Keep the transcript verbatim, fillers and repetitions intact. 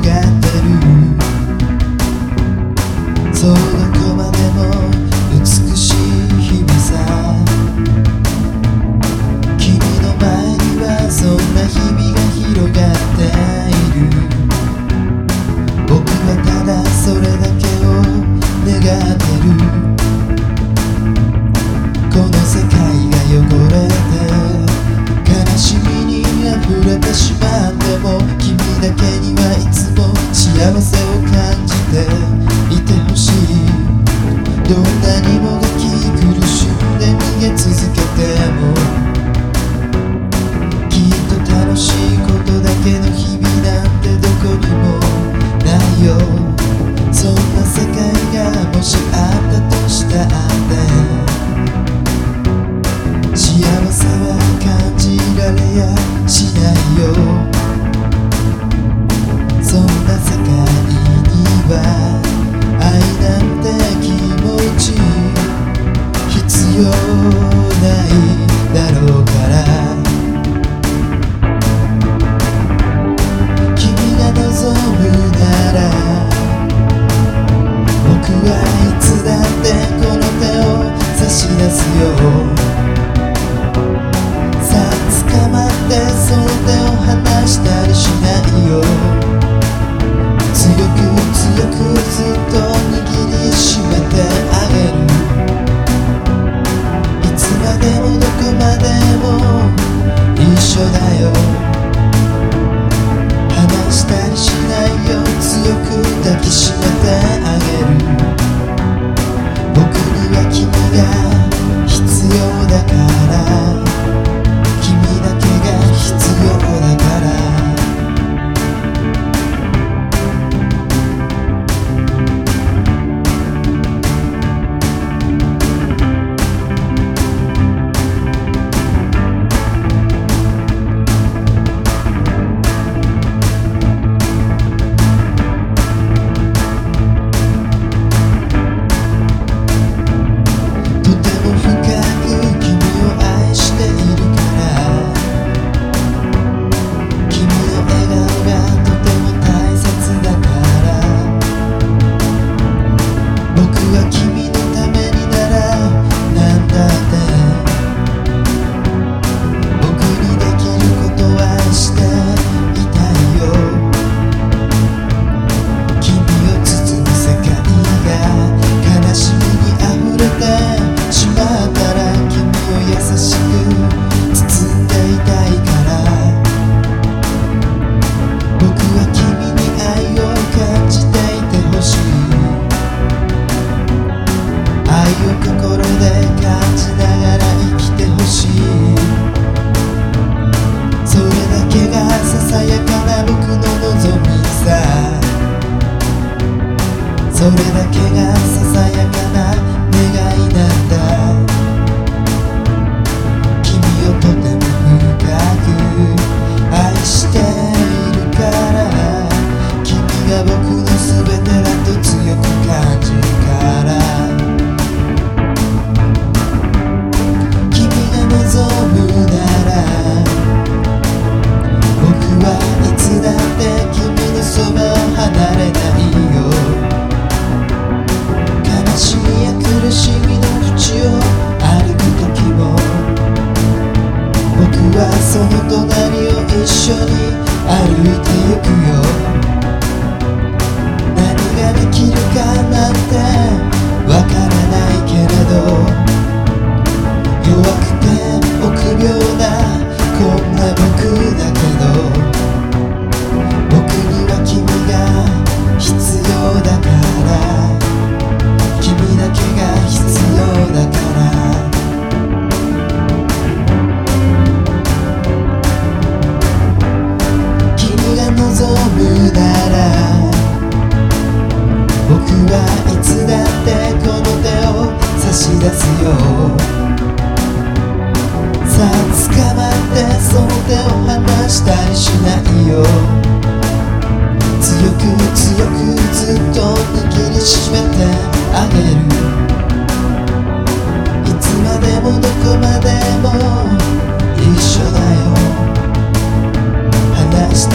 ってる。そうどこまでも美しい日々さ。君の前にはそんな日々が広がっている。僕はただそれだけを願ってる。この世界が汚れて悲しみに溢れてしまっても、君だけにはいつも幸せを感じていてほしい。どんなにもがき苦しんで逃げ続けても、きっと楽しいことだけの日々なんてどこにもないよ。そんな世界がもしあったとしたって、幸せは感じられやしないよ。そんな世界には愛なんて気持ち必要ないだろうから。君が望むなら僕はいつだってこの手を差し出すよ。捕まってその手を離したりしないよ。強く強くずっと握りしめてあげる。いつまでもどこまでも一緒だよ。離したりしないよ。強く抱きしめてあげる。僕には君が必要だから。それだけがささやかな願いなんだ。君をとても深く愛しているから、君が僕の全てだと強く感じるから。君が望むなら僕はいつだって君のそばを離れないよ。苦しみの淵を歩く時も、僕はその隣を一緒に歩いてゆくよ。何ができるかなんてわからないけれど、弱くて臆病なこんな僕だけど、僕には君が必要だから。君だけが必要だから。君が望むなら僕はいつだってこの手を差し出すよ。さあ捕まってその手を離したりしないよ。強く強くずっと握りしめてあげる。いつまでもどこまでも一緒だよ。離した